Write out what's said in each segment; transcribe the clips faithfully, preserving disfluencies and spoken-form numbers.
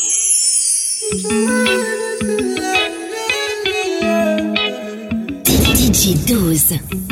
D J douze.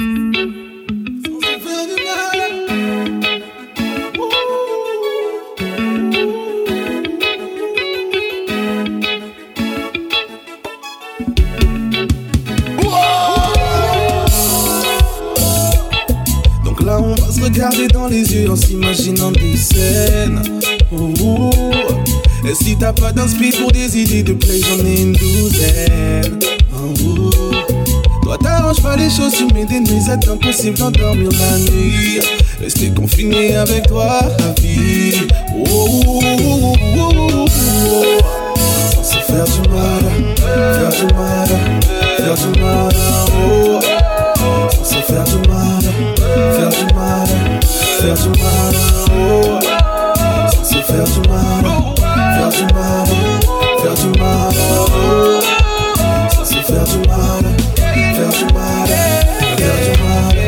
Donc là on va se regarder dans les yeux en s'imaginant des scènes. Oh, oh. Et si t'as pas d'inspi pour des idées de play, j'en ai une douzaine. Oh, oh. Toi t'arranges pas les choses, tu mets des nuisettes, impossible d'endormir la nuit. Rester confiné avec toi à vie. Oh, oh, oh, oh, oh, oh. Sans se faire du mal, faire du mal, faire du mal. Oh. Sans se faire du mal, faire du mal, faire du mal. Oh. Sans se faire du mal, faire du mal, faire du mal. Oh. Sans se faire du mal, faire du mal, faire du mal.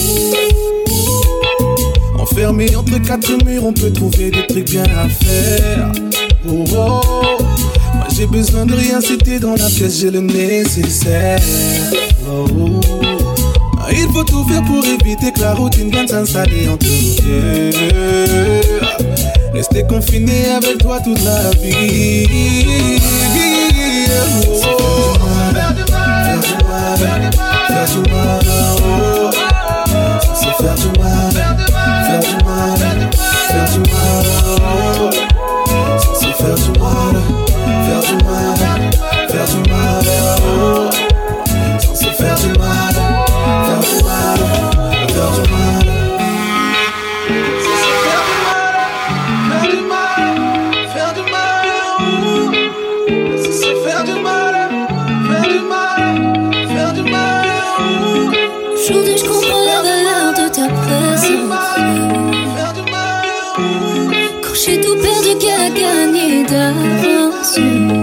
Enfermé entre quatre murs, on peut trouver des trucs bien à faire. Oh, oh. Moi j'ai besoin de rien, si t'es dans la pièce, j'ai le nécessaire. Oh, oh. Il faut tout faire pour éviter que la routine vienne s'installer entre nous deux. Rester confiné avec toi toute la vie. Oh. Faire du mal, faire du mal, faire du mal. Oh. Sans se faire du mal, faire du mal, faire du mal. Oh. Sans se faire du mal, faire du mal, faire du mal. Oh. Sans se faire du mal, faire du mal, faire du mal. Sans se faire du mal, faire du mal, faire du mal. Sans se faire du mal, faire du mal, faire du mal. Aujourd'hui je comprends la valeur de ta présence. Quand j'ai tout perdu qu'à gagner d'avance.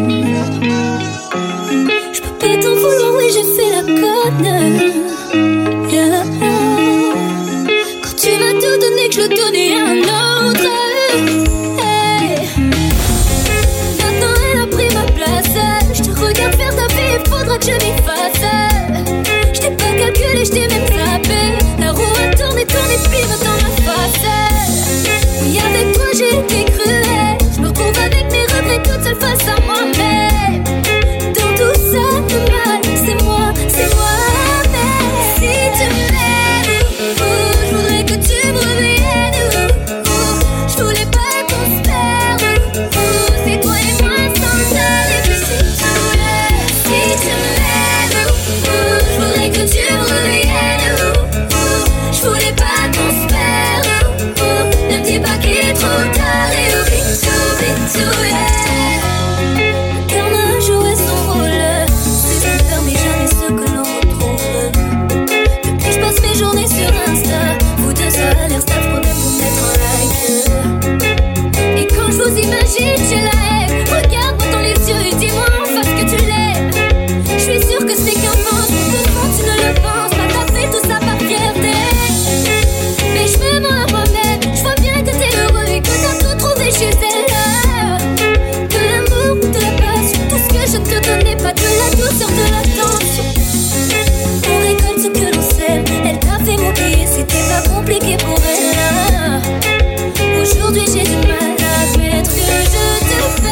Je peux pas t'en vouloir, oui j'ai fait la conne. Yeah. Quand tu m'as tout donné, que je le donnais à un autre. Hey. Maintenant elle a pris ma place. Je te regarde faire ta vie, il faudra que je m'y fasse. Je t'ai pas calculé, je t'ai même tapé. La roue a tourné, tourné, puis maintenant ma face. Oui, avec toi j'ai été cruelle. Je me retrouve avec mes regrets toute seule face à moi-même. Dans tout ça, tout mal, c'est moi, c'est moi. Mais si tu m'aimes, oh, je voudrais que tu me reviennes. Oh, je voulais pas qu'on se perde. Oh, c'est toi et moi sans aller. Et puis si tu voulais, si tu m'aimes, oh, je voudrais que tu me reviennes. Oh, je voulais pas qu'on se perde. Oh, ne me dis pas qu'il est trop tard. Et oublie tout, oublie tout, yeah. Le cœur n'a joué son rôle. C'est ne permet jamais ce que l'on retrouve. Depuis je passe mes journées sur Insta. Vous deux seuls, l'air staff, promets vous mettre un like. Et quand je vous imagine, j'ai la haine. Regarde-moi dans les yeux et dis-moi enfin que tu l'aimes. Je suis sûre que c'est qu'un mensonge. Au fond tu ne le penses pas, t'as fait tout ça par fierté. Mais je me mens à moi-même. Je vois bien que t'es heureux et que t'as tout trouvé chez elle. De l'amour, de la passion, tout ce que je ne te donnais pas, de la douceur, de l'attention. On récolte ce que l'on sème. Elle t'a fait m'oublier, c'était pas compliqué pour elle. Aujourd'hui j'ai du mal à admettre que je te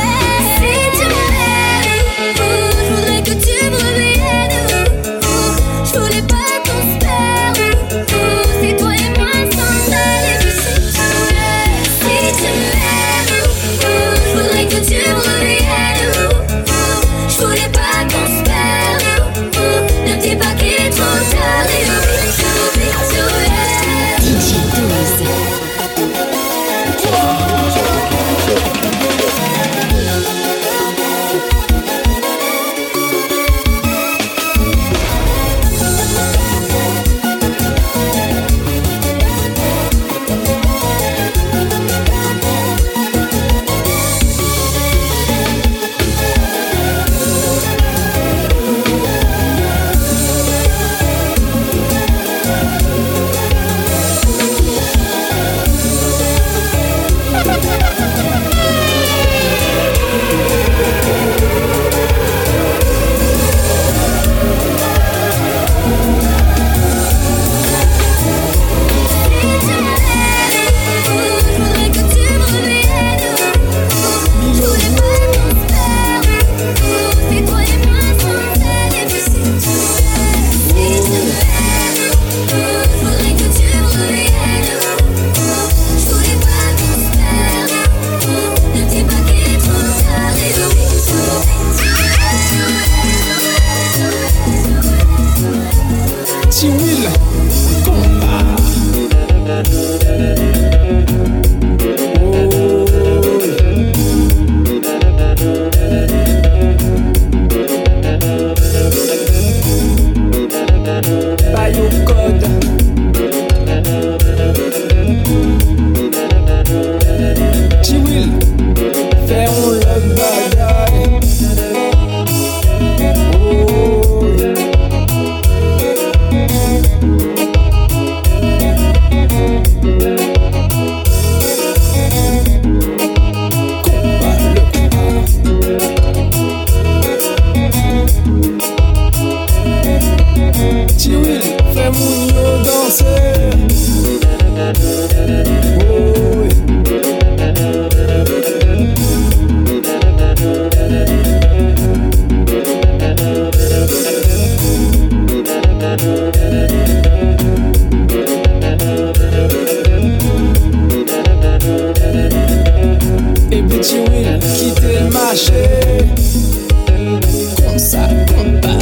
tu will quitter le marché. Comme ça, comme pas.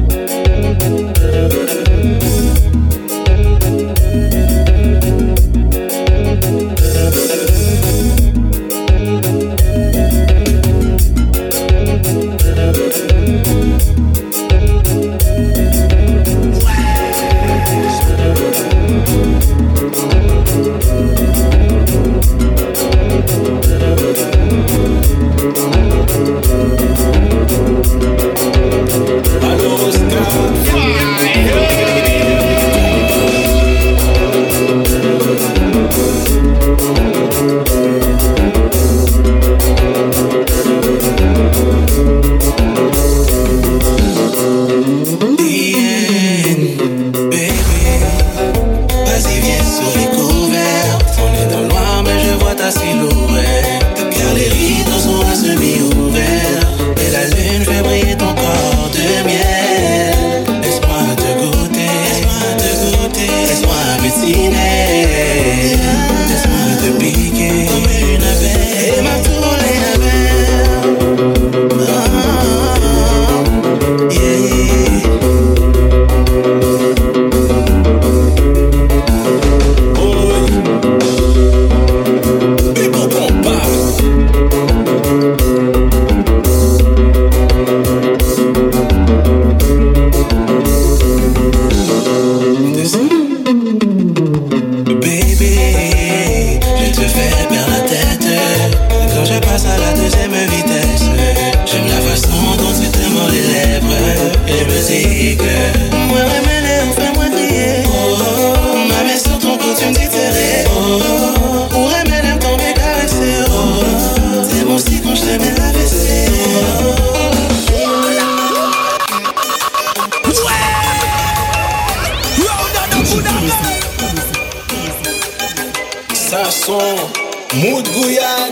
Mood Guyane,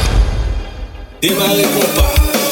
démarrer compas.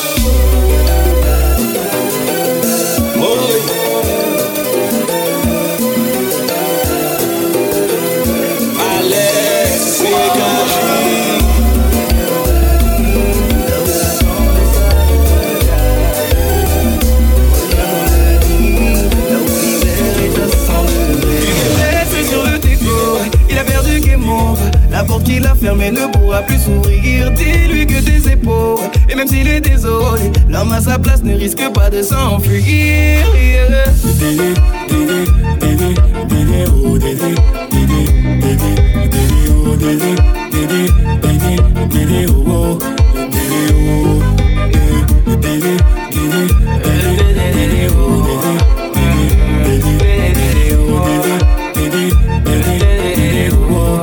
La porte qu'il a fermée ne pourra plus s'ouvrir. Dis-lui que tes épaules, et même s'il est désolé, l'homme à sa place ne risque pas de s'enfuir. Yeah. Dédé, dédé, dédé, dédé, oh dédé, dédé, dédé, dédé, oh dédé, dédé, dédé, dédé, oh oh, dédé, oh, dédé, dédé, dédé, dédé, oh dédé, dédé, dédé, oh dédé, dédé, dédé, oh.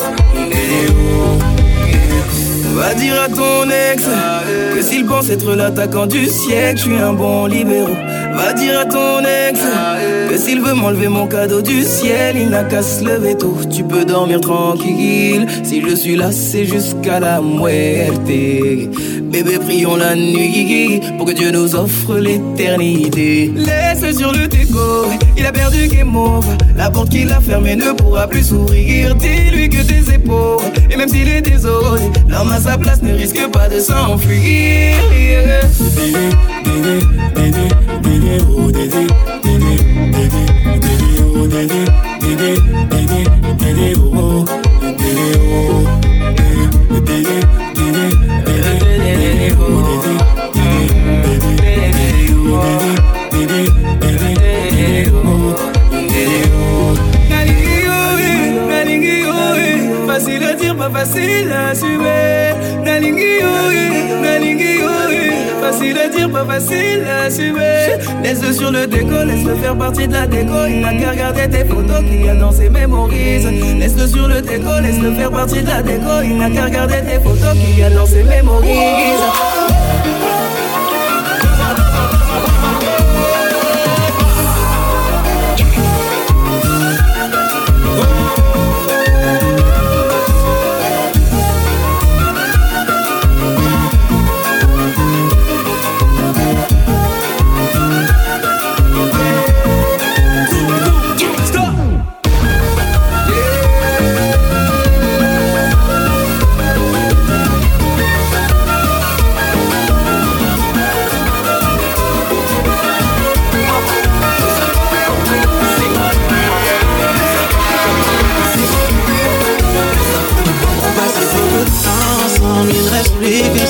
Va dire à ton ex que s'il pense être l'attaquant du siècle, je suis un bon libéraux. Va dire à ton ex que s'il veut m'enlever mon cadeau du ciel, il n'a qu'à se lever tôt. Tu peux dormir tranquille, si je suis là c'est jusqu'à la muerte. Bébé prions la nuit pour que Dieu nous offre l'éternité. Laisse sur le déco, il a perdu game over. La porte qu'il a fermée ne pourra plus s'ouvrir. Dis-lui que tes épaules, et même s'il est désolé, l'homme à sa place ne risque pas de s'enfuir. Dédé, dédé, dédé, dédé, oh dédé, dédé, dédé, dédé, oh dédé, dédé, dédé, dédé, oh oh, dédé, oh, dédé, dédé, dédé, dédé, oh dédé, dédé, dédé, oh dédé, dédé, dédé, oh, dédé, oh. Nalingi oh, nalingi oh, facile à dire, pas facile à assumer. Nalingi oh, nalingi oh, facile à dire, pas facile à assumer. Laisse-le sur le déco, laisse-le faire partie de la déco. Il n'a qu'à regarder tes photos qu'il y a dans ses mémorises. Laisse-le sur le déco, laisse-le faire partie de la déco. Il n'a qu'à regarder tes photos qu'il y a dans ses mémorises.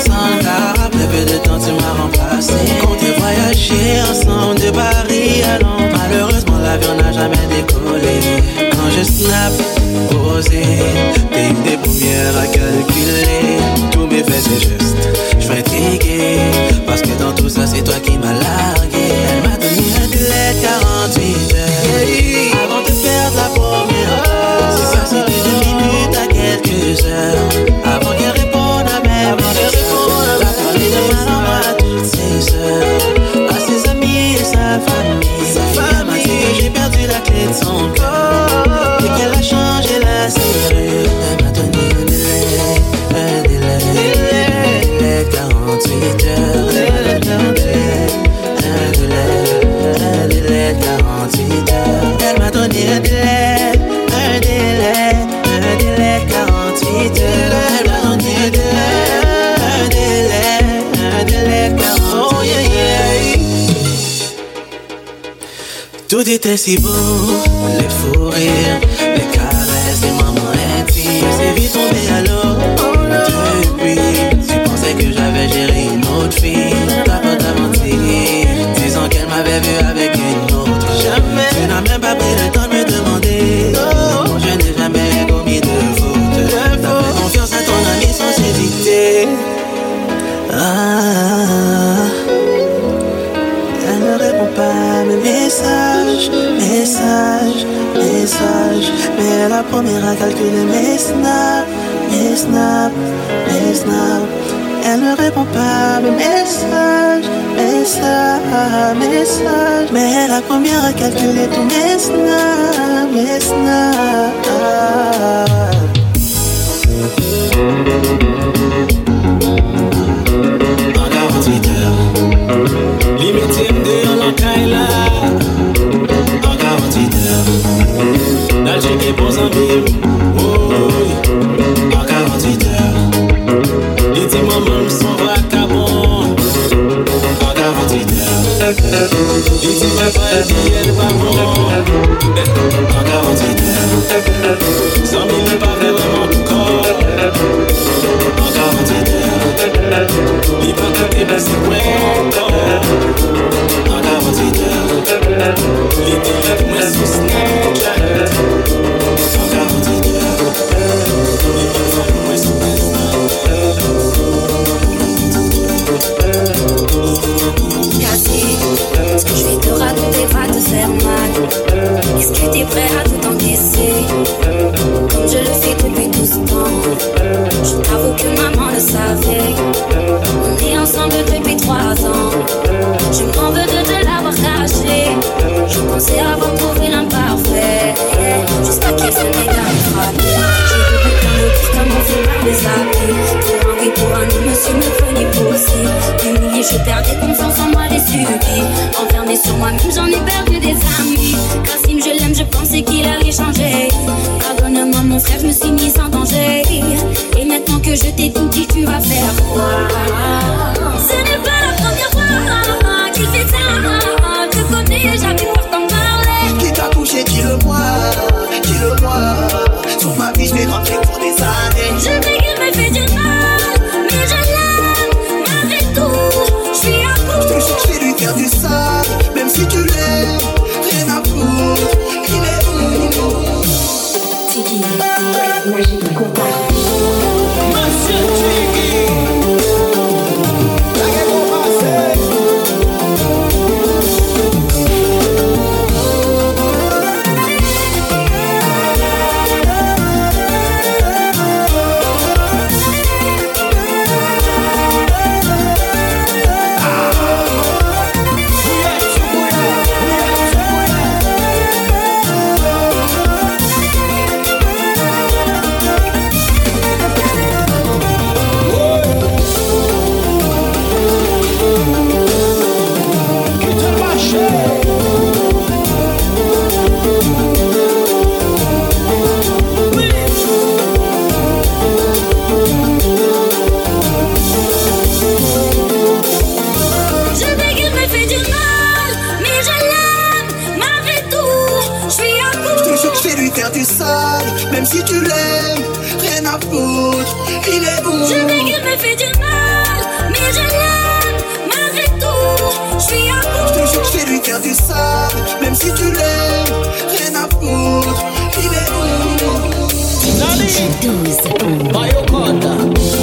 ensemble. Après peu de temps tu m'as remplacé. On comptait voyager ensemble de Paris à Londres. Malheureusement l'avion n'a jamais décollé. Quand je snap, posé, t'es une des premières à calculer. Tous mes faits c'est juste, je suis intrigué. Parce que dans tout ça c'est toi qui m'as largué. Elle m'a donné un délai de quarante-huit heures avant de perdre la première. C'est passé de deux minutes à quelques heures avant qu'elle réponde à mes messages. Elle a parlé de mal en mal à toutes ses sœurs, à ses amis et sa famille. Elle m'a dit que j'ai perdu la clé de son cœur et qu'elle a changé la serrure. Elle m'a donné un délai, un délai, un délai de quarante-huit heures. Un délai, un délai, un délai de quarante-huit heures. Elle m'a donné un délai, un délai, un délai de quarante-huit heures. Elle m'a donné un délai, un délai, un délai de quarante-huit heures. Oh yeah yeah. Tout était si beau, les fous rires, les caresses, les moments intimes. C'est vite tombé à l'eau. Depuis, tu pensais que j'avais géré une autre fille. T'as pas menti, disant qu'elle m'avait vu avec une autre. Jamais. Tu n'as même pas pris le temps de me demander. Non, je n'ai jamais commis de faute. T'as fait confiance à ton ami sans hésiter. Ah, elle ne répond pas à mes messages, messages, messages. Mais la première à calculer mes snaps, mes snaps, mes snaps. Elle ne répond pas à mes messages, messages, messages. Mais la première à calculer tous mes snaps, mes snaps. En quarante-huit heures, limite M deux en Lankaila. En quarante-huit heures, n'a checké pour s'en vivre. En quarante-huit heures, les petits moments sont vagabonds. En quarante-huit heures, les petits papas disent pas bon. En quarante-huit heures, cent mille pas vraiment corps. En quarante-huit heures, les papas qui passent ouais. En quarante-huit heures, les petits moi sous Snapchat. En quarante-huit heures, les petits moi sous Cassé, ce que je vais te raconter va te faire mal. Est-ce que t'es prêt à tout encaisser? Comme je le fais depuis tout ce temps. Je t'avoue que maman le savait. On est ensemble depuis trois ans. Je m'en veux de te l'avoir caché. Je pensais avoir trouvé l'imparfait. Jusqu'à qu'il se nègre à me frapper. J'ai tout pu prendre le tour comme on fait par les habits. Pour un oui, pour un non, monsieur me prenait pour aussi. Humilié, je perdais confiance en moi, les subis. Enfermé sur moi-même, j'en ai perdu des amis. Kassim, je l'aime, je pensais qu'il allait changer. Pardonne-moi mon frère, je me suis mise en danger. Et maintenant que je t'ai tout dit, tu vas faire quoi? Ce n'est pas la première fois qu'il fait ça. Je connais, j'avais peur d'en parler. Qui t'a touché, dis-le-moi, dis-le-moi. Sur ma vie, je vais rentrer pour des années. Je sais qu'il me fait du mal, mais je l'aime, malgré tout, je suis à bout. Je te jure, je vais lui faire du sale, même si tu l'aimes, rien à foutre, il est où? Tiggy, magie, combat. Monsieur Tiggy, la gueule au passé. J'suis un bon. J'te jure, j'vais lui faire du sable. Même si tu l'aimes, rien à foutre. Il est où? douze. Mario Conda.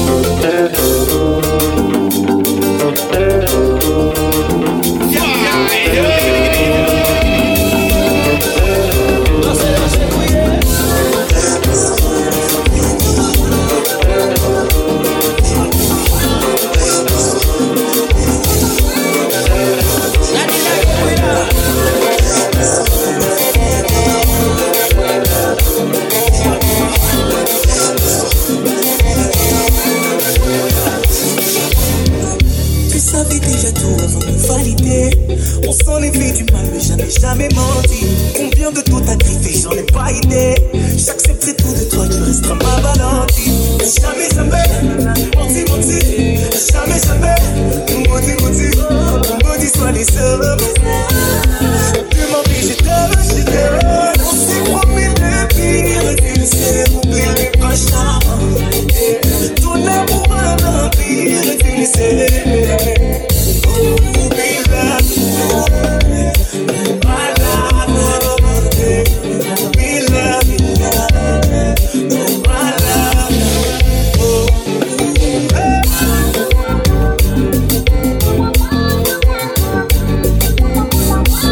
On s'en est fait du mal, mais jamais, jamais menti. Combien de taux t'as griffé, j'en ai pas idée. J'accepterai tout de toi, tu resteras ma Valentine. Jamais, jamais, menti, menti. Jamais, jamais, menti, menti. Maudit soit les hommes. Tu m'empêches, je t'aime, je t'aime. On s'est promis le pire, tu le sais, oublie les prochains. Ton amour un empire, tu le sais. Oh,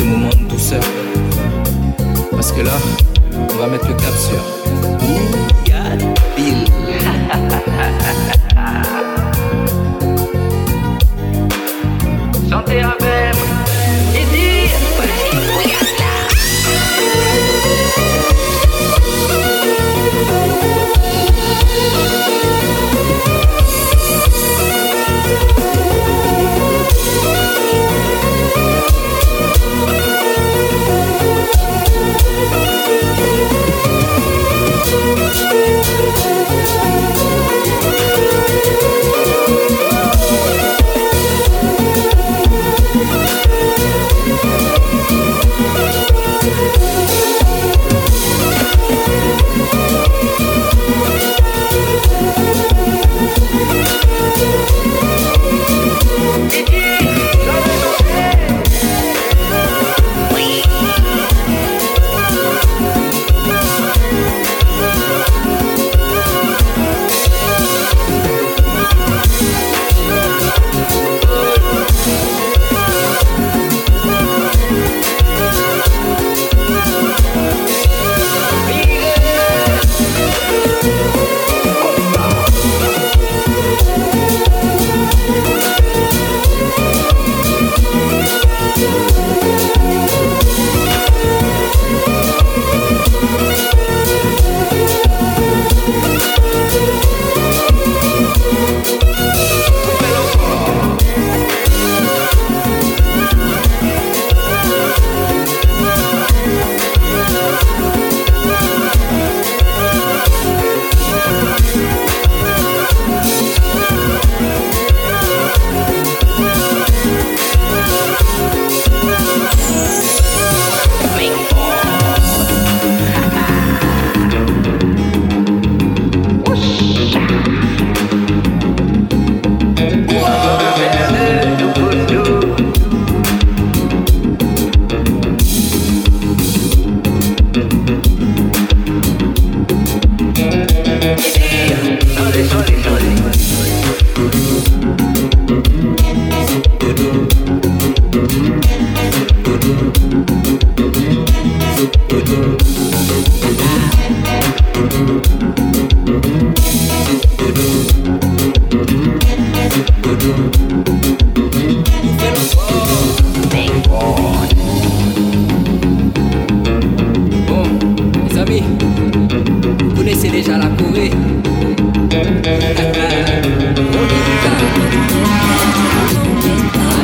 ce moment de douceur. Parce que là, on va mettre le cap sur Yad Bill. Santé à même.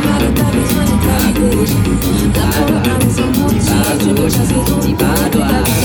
La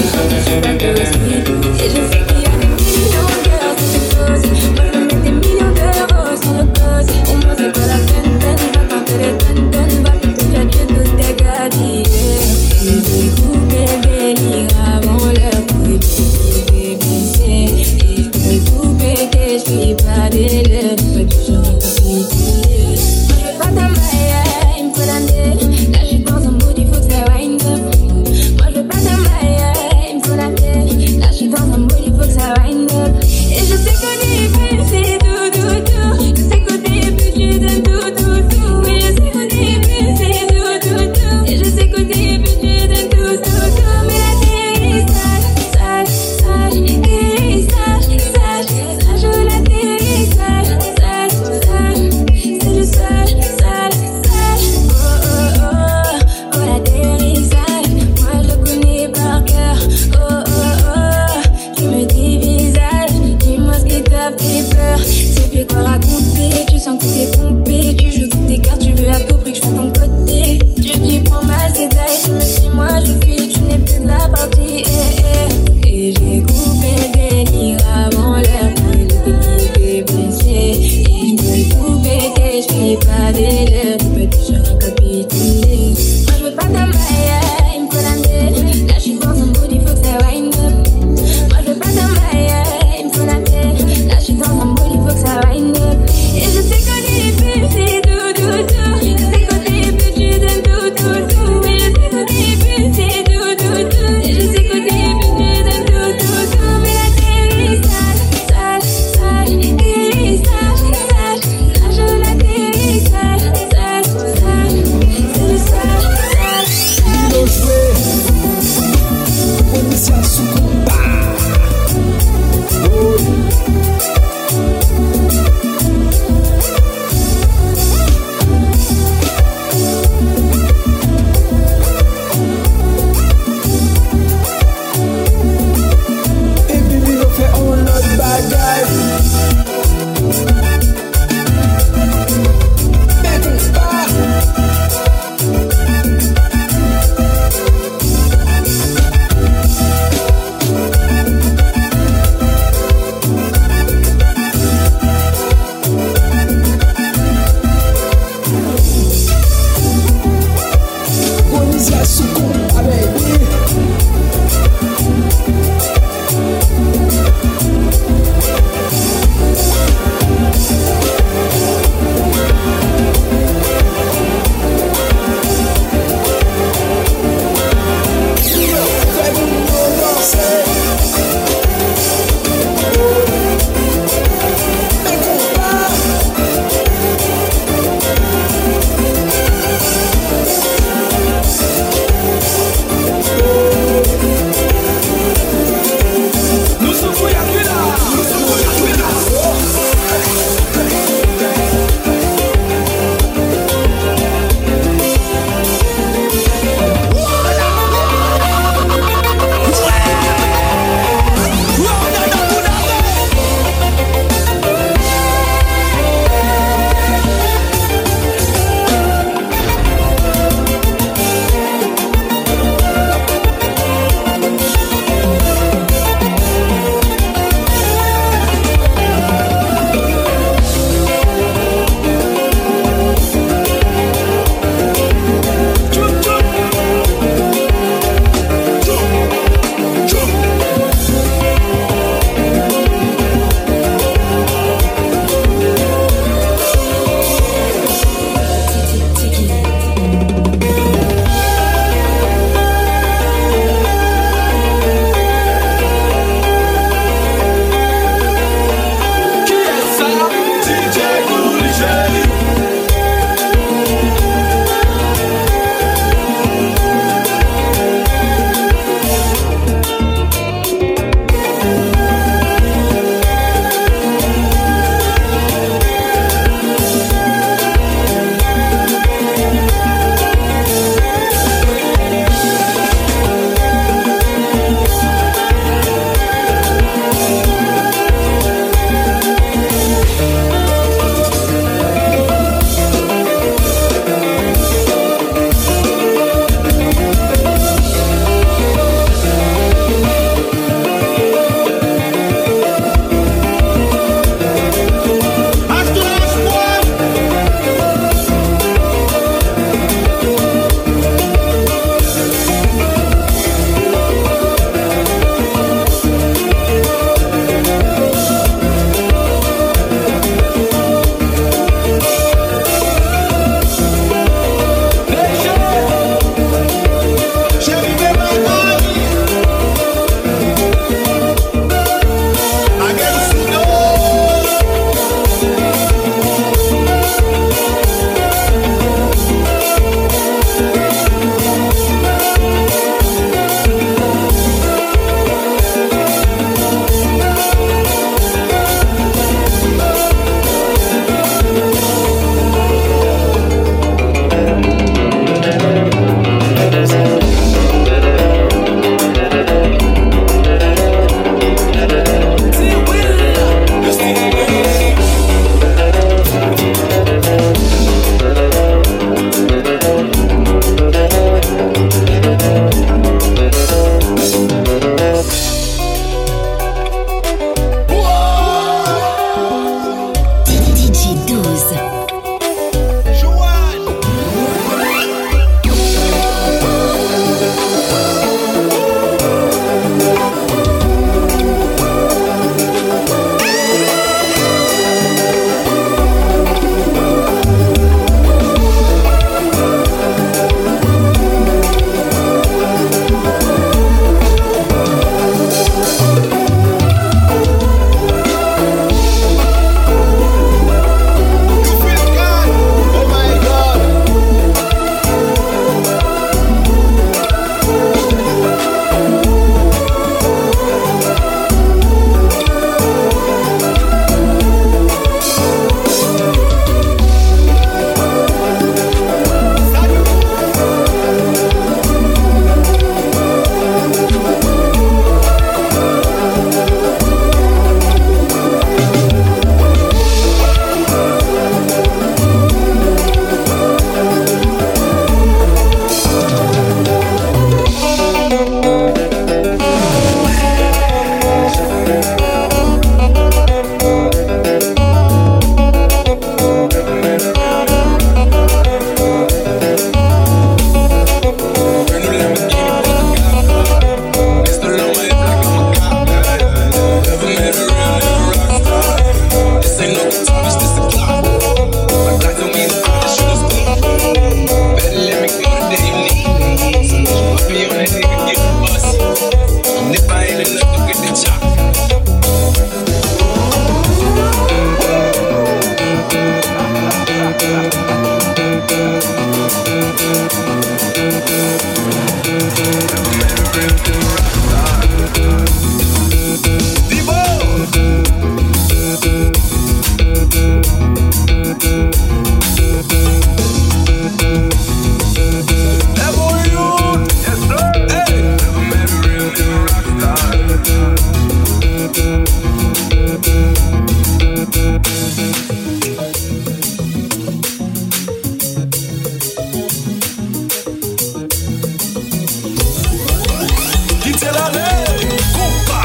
quitter la lait. Compa.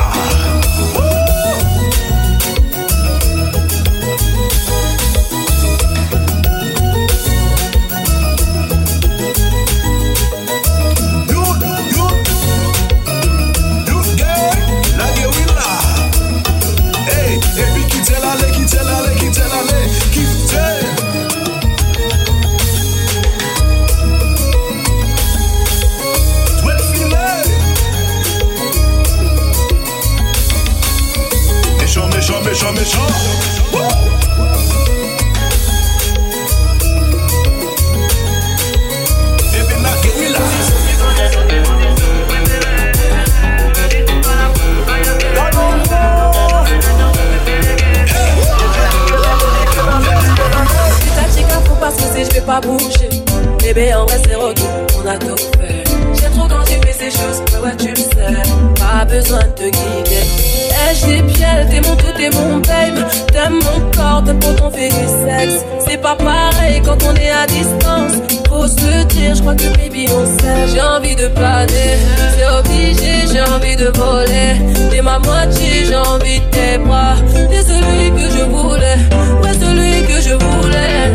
Méchant, méchant, Woo! Et bien là, get me là. Si ta chica faut pas se pousser, je vais pas bouger. Bébé en vrai c'est retour, on a tout fait. J'aime trop quand tu fais ces choses, mais ouais tu le sais. Pas besoin de te guider. J'ai pieds, t'es mon tout, t'es mon babe. T'aimes mon corps, t'aimes quand on fait du sexe. C'est pas pareil quand on est à distance. Faut se le dire, je crois que baby on sait. J'ai envie de planer, c'est obligé, j'ai envie de voler. T'es ma moitié, j'ai envie de tes bras. T'es celui que je voulais, ouais celui que je voulais.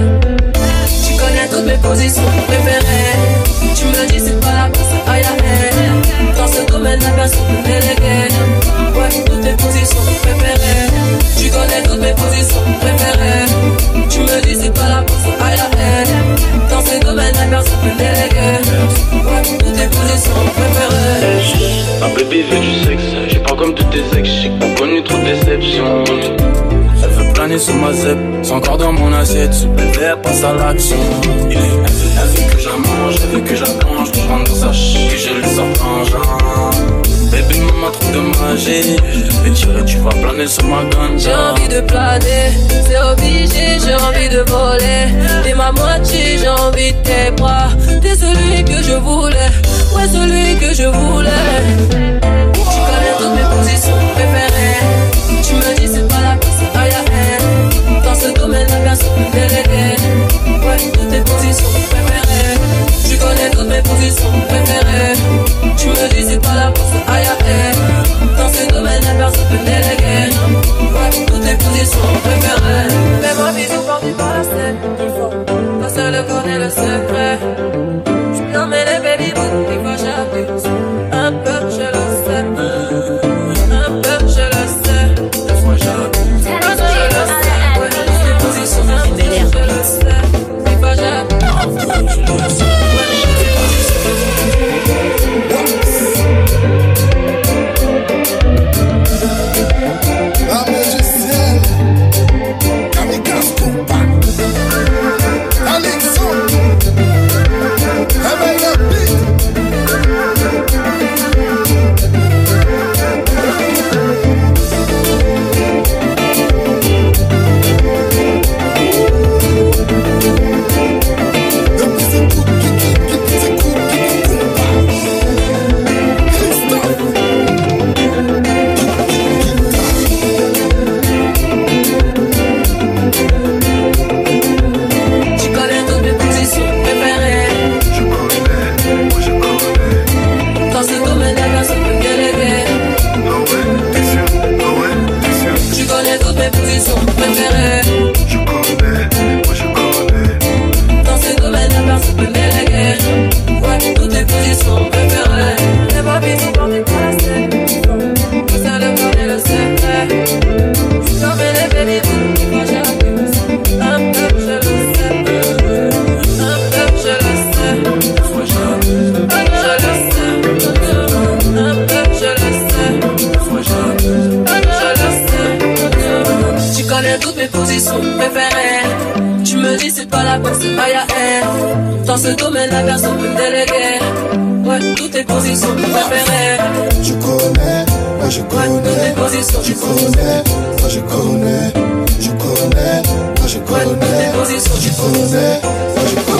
Tu connais toutes mes positions préférées. Tu me dis c'est pas la course, aïe aïe. Dans ce domaine la personne peut déléguer. Ouais, toutes tes positions préférées. Tu connais toutes mes positions préférées. Tu me dis c'est pas la course, aïe aïe. Dans ce domaine la personne peut déléguer. Ouais, toutes tes positions préférées. Ma baby veut du sexe. J'ai pas comme toutes tes ex. J'ai pas connu trop de déceptions. Elle veut planer sous ma zep. C'est encore dans mon assiette. Ce bébé elle passe à l'action. Elle veut que j'en mange, elle veut que j'en mange. Je rentre dans sa ch, que je le sors en genre. Baby maman trop de magie. Et tu, tu vas planer sur ma ganja. J'ai envie de planer, c'est obligé, j'ai envie de voler. T'es ma moitié, j'ai envie de tes bras. T'es celui que je voulais, ouais celui que je voulais. Tu connais toutes mes positions préférées. Tu me dis c'est pas la course, aïe aïe. Dans ce domaine la personne peut déléguer. Ouais, toutes tes positions préférées. Tu connais toutes mes positions préférées. Tu me dis c'est pas la course, aïe aïe. Dans ce domaine la personne peut déléguer. Ouais, toutes tes positions préférées. Fais-moi bisous quand tu parles à celle qu'il faut. Toi seul connais le secret. J'suis dans mes baby boo, des fois j'abuse. Un peu je le sais. Un peu je le sais. Des fois j'abuse. Un peu je le sais. Ouais, toutes tes positions préférées. Je le sais. Des fois j'abuse. Je le sais. Dans ce domaine, la personne peut me déléguer. Ouais, toutes tes positions préférées. Je connais, moi je connais. Ouais, toutes tes positions, je connais, moi je connais. Je connais, moi je connais. Ouais, toutes tes positions, je connais, moi je connais.